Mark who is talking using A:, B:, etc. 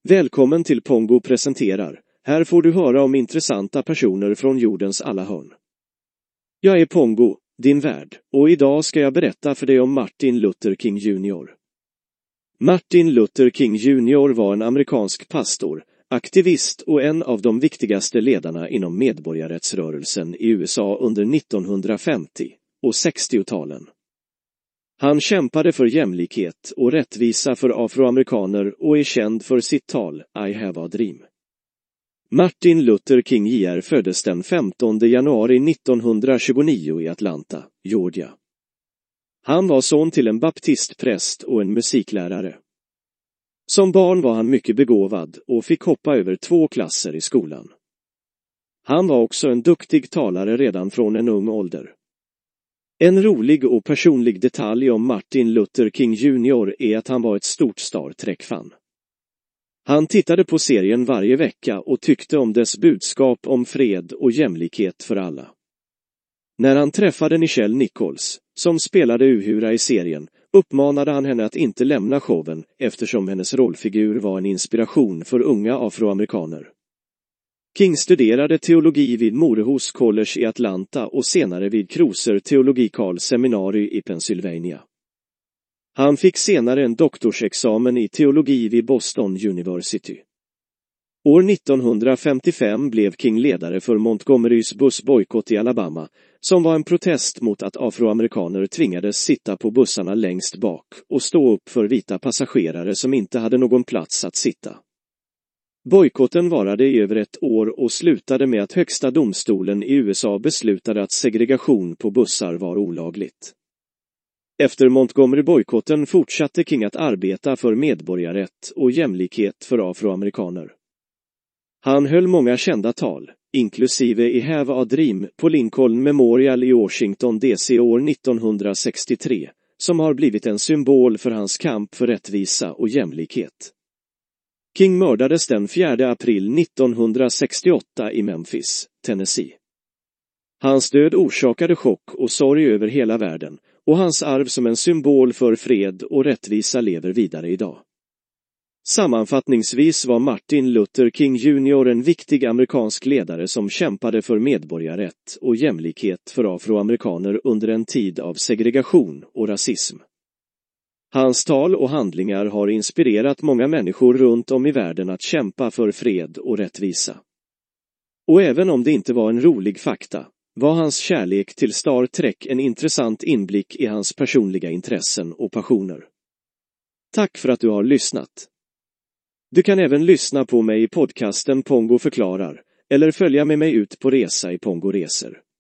A: Välkommen till Pongo presenterar. Här får du höra om intressanta personer från jordens alla hörn. Jag är Pongo, din värd, och idag ska jag berätta för dig om Martin Luther King Jr. Martin Luther King Jr. var en amerikansk pastor, aktivist och en av de viktigaste ledarna inom medborgarrättsrörelsen i USA under 1950- och 60-talen. Han kämpade för jämlikhet och rättvisa för afroamerikaner och är känd för sitt tal I have a dream. Martin Luther King Jr. föddes den 15 januari 1929 i Atlanta, Georgia. Han var son till en baptistpräst och en musiklärare. Som barn var han mycket begåvad och fick hoppa över 2 klasser i skolan. Han var också en duktig talare redan från en ung ålder. En rolig och personlig detalj om Martin Luther King Jr. är att han var ett stort Star Trek-fan. Han tittade på serien varje vecka och tyckte om dess budskap om fred och jämlikhet för alla. När han träffade Nichelle Nichols, som spelade Uhura i serien, uppmanade han henne att inte lämna showen eftersom hennes rollfigur var en inspiration för unga afroamerikaner. King studerade teologi vid Morehouse College i Atlanta och senare vid Crozer Theological Seminary i Pennsylvania. Han fick senare en doktorsexamen i teologi vid Boston University. År 1955 blev King ledare för Montgomerys bussbojkott i Alabama, som var en protest mot att afroamerikaner tvingades sitta på bussarna längst bak och stå upp för vita passagerare som inte hade någon plats att sitta. Bojkotten varade i över 1 år och slutade med att högsta domstolen i USA beslutade att segregation på bussar var olagligt. Efter Montgomery-bojkotten fortsatte King att arbeta för medborgarrätt och jämlikhet för afroamerikaner. Han höll många kända tal, inklusive I have a dream på Lincoln Memorial i Washington DC år 1963, som har blivit en symbol för hans kamp för rättvisa och jämlikhet. King mördades den 4 april 1968 i Memphis, Tennessee. Hans död orsakade chock och sorg över hela världen, och hans arv som en symbol för fred och rättvisa lever vidare idag. Sammanfattningsvis var Martin Luther King Jr. en viktig amerikansk ledare som kämpade för medborgarrätt och jämlikhet för afroamerikaner under en tid av segregation och rasism. Hans tal och handlingar har inspirerat många människor runt om i världen att kämpa för fred och rättvisa. Och även om det inte var en rolig fakta, var hans kärlek till Star Trek en intressant inblick i hans personliga intressen och passioner. Tack för att du har lyssnat. Du kan även lyssna på mig i podcasten Pongo förklarar, eller följa med mig ut på resa i Pongo reser.